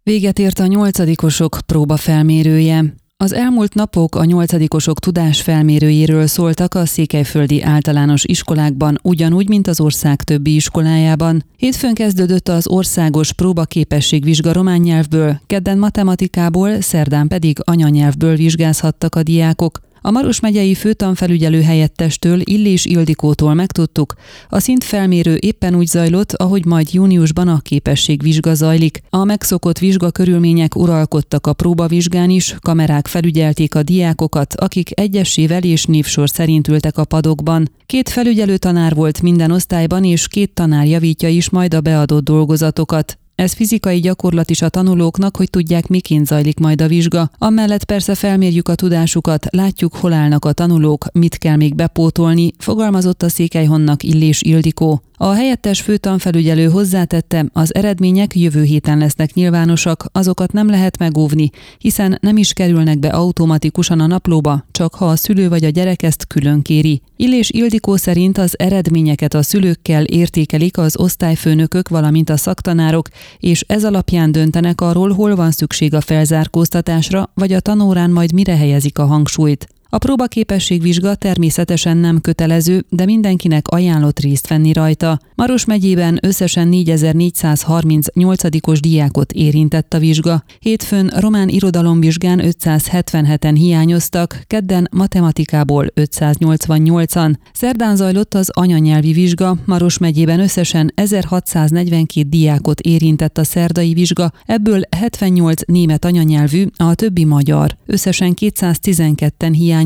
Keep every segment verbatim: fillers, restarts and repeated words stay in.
Véget ért a nyolcadikosok próbafelmérője. Az elmúlt napok a nyolcadikosok tudásfelmérőjéről szóltak a székelyföldi általános iskolákban, ugyanúgy, mint az ország többi iskolájában. Hétfőn kezdődött az országos próbaképességvizsga román nyelvből, kedden matematikából, szerdán pedig anyanyelvből vizsgázhattak a diákok. A Maros megyei főtanfelügyelő helyettestől, Illés Ildikótól megtudtuk, a szintfelmérő éppen úgy zajlott, ahogy majd júniusban a képességvizsga zajlik. A megszokott vizsgakörülmények uralkodtak a próbavizsgán is, kamerák felügyelték a diákokat, akik egyesével és névsor szerint ültek a padokban. Két felügyelő tanár volt minden osztályban, és két tanár javítja is majd a beadott dolgozatokat. Ez fizikai gyakorlat is a tanulóknak, hogy tudják, miként zajlik majd a vizsga. Amellett persze felmérjük a tudásukat, látjuk, hol állnak a tanulók, mit kell még bepótolni, fogalmazott a Székelyhonnak Illés Ildikó. A helyettes főtanfelügyelő hozzátette, az eredmények jövő héten lesznek nyilvánosak, azokat nem lehet megóvni, hiszen nem is kerülnek be automatikusan a naplóba, csak ha a szülő vagy a gyerek ezt külön kéri. Illés Ildikó szerint az eredményeket a szülőkkel értékelik az osztályfőnökök, valamint a szaktanárok, és ez alapján döntenek arról, hol van szükség a felzárkóztatásra, vagy a tanórán majd mire helyezik a hangsúlyt. A próbaképességvizsga természetesen nem kötelező, de mindenkinek ajánlott részt venni rajta. Maros megyében összesen négyezer-négyszázharminc nyolcadikos diákot érintett a vizsga. Hétfőn román irodalomvizsgán ötszázhetvenheten hiányoztak, kedden matematikából ötszáznyolcvannyolcan. Szerdán zajlott az anyanyelvi vizsga, Maros megyében összesen ezerhatszáznegyvenkét diákot érintett a szerdai vizsga, ebből hetvennyolc német anyanyelvű, a többi magyar. Összesen kétszáztizenketten hiányoztak.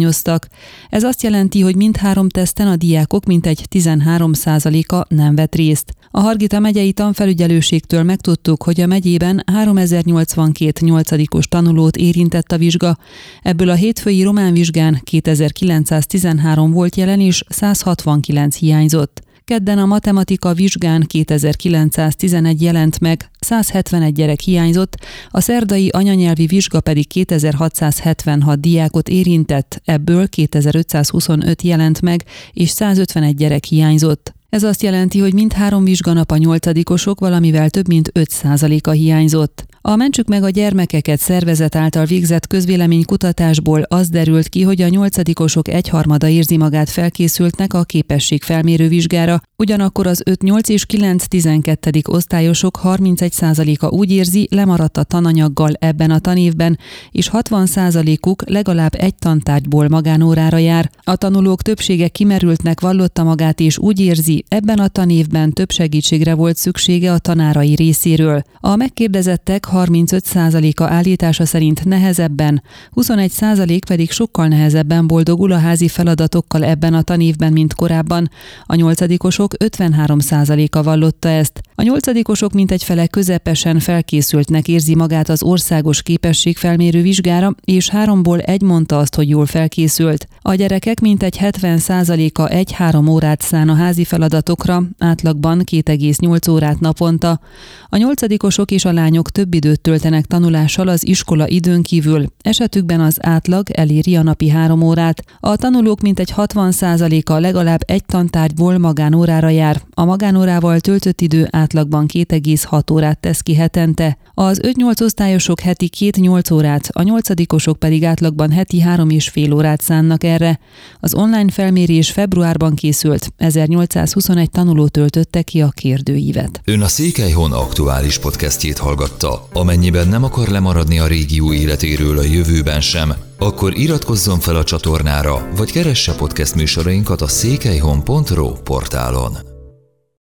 Ez azt jelenti, hogy mindhárom teszten a diákok mintegy tizenhárom százaléka nem vett részt. A Hargita megyei tanfelügyelőségtől megtudtuk, hogy a megyében háromezer-nyolcvankét nyolcadikos tanulót érintett a vizsga. Ebből a hétfői román vizsgán kétezer-kilencszáztizenhárom volt jelen és száz hatvankilenc hiányzott. Kedden a matematika vizsgán kétezer-kilencszáztizenegy jelent meg, száz hetvenegy gyerek hiányzott, a szerdai anyanyelvi vizsga pedig kétezer-hatszázhetvenhat diákot érintett, ebből kétezer-ötszázhuszonöt jelent meg, és száz ötvenegy gyerek hiányzott. Ez azt jelenti, hogy mindhárom vizsganap a nyolcadikosok valamivel több mint öt százaléka hiányzott. A Mentsük meg a gyermekeket szervezet által végzett közvéleménykutatásból az derült ki, hogy a nyolcadikosok egyharmada érzi magát felkészültnek a képességfelmérő vizsgára, ugyanakkor az öt-nyolc és kilenc-tizenkettedik osztályosok harmincegy százaléka úgy érzi, lemaradt a tananyaggal ebben a tanévben, és hatvan százalékuk legalább egy tantárgyból magánórára jár. A tanulók többsége kimerültnek vallotta magát és úgy érzi, ebben a tanévben több segítségre volt szüksége a tanárai részéről. A megkérdezettek harmincöt százaléka állítása szerint nehezebben, huszonegy százalék pedig sokkal nehezebben boldogul a házi feladatokkal ebben a tanévben, mint korábban. A nyolcadikosok ötvenhárom százaléka vallotta ezt. A nyolcadikosok mintegy fele közepesen felkészültnek érzi magát az országos képességfelmérő vizsgára, és háromból egy mondta azt, hogy jól felkészült. A gyerekek mintegy hetven százaléka egy-három órát szán a házi feladatokra, átlagban két egész nyolc órát naponta. A nyolcadikosok és a lányok több időt töltenek tanulással az iskola időn kívül, esetükben az átlag eléri a napi három órát. A tanulók mintegy hatvan százaléka legalább egy tantárgyból magánórára jár. A magánórával töltött idő átlagban két egész hat órát tesz ki hetente. Az öt-nyolc osztályosok heti két-nyolc órát, a nyolcadikosok pedig átlagban heti három és fél órát szánnak erre. Az online felmérés februárban készült, ezernyolcszázhuszonegy tanuló töltötte ki a kérdőívet. Ön a Székelyhon aktuális podcastjét hallgatta. Amennyiben nem akar lemaradni a régió életéről a jövőben sem, akkor iratkozzon fel a csatornára, vagy keresse podcast műsorainkat a székelyhon pont ro portálon.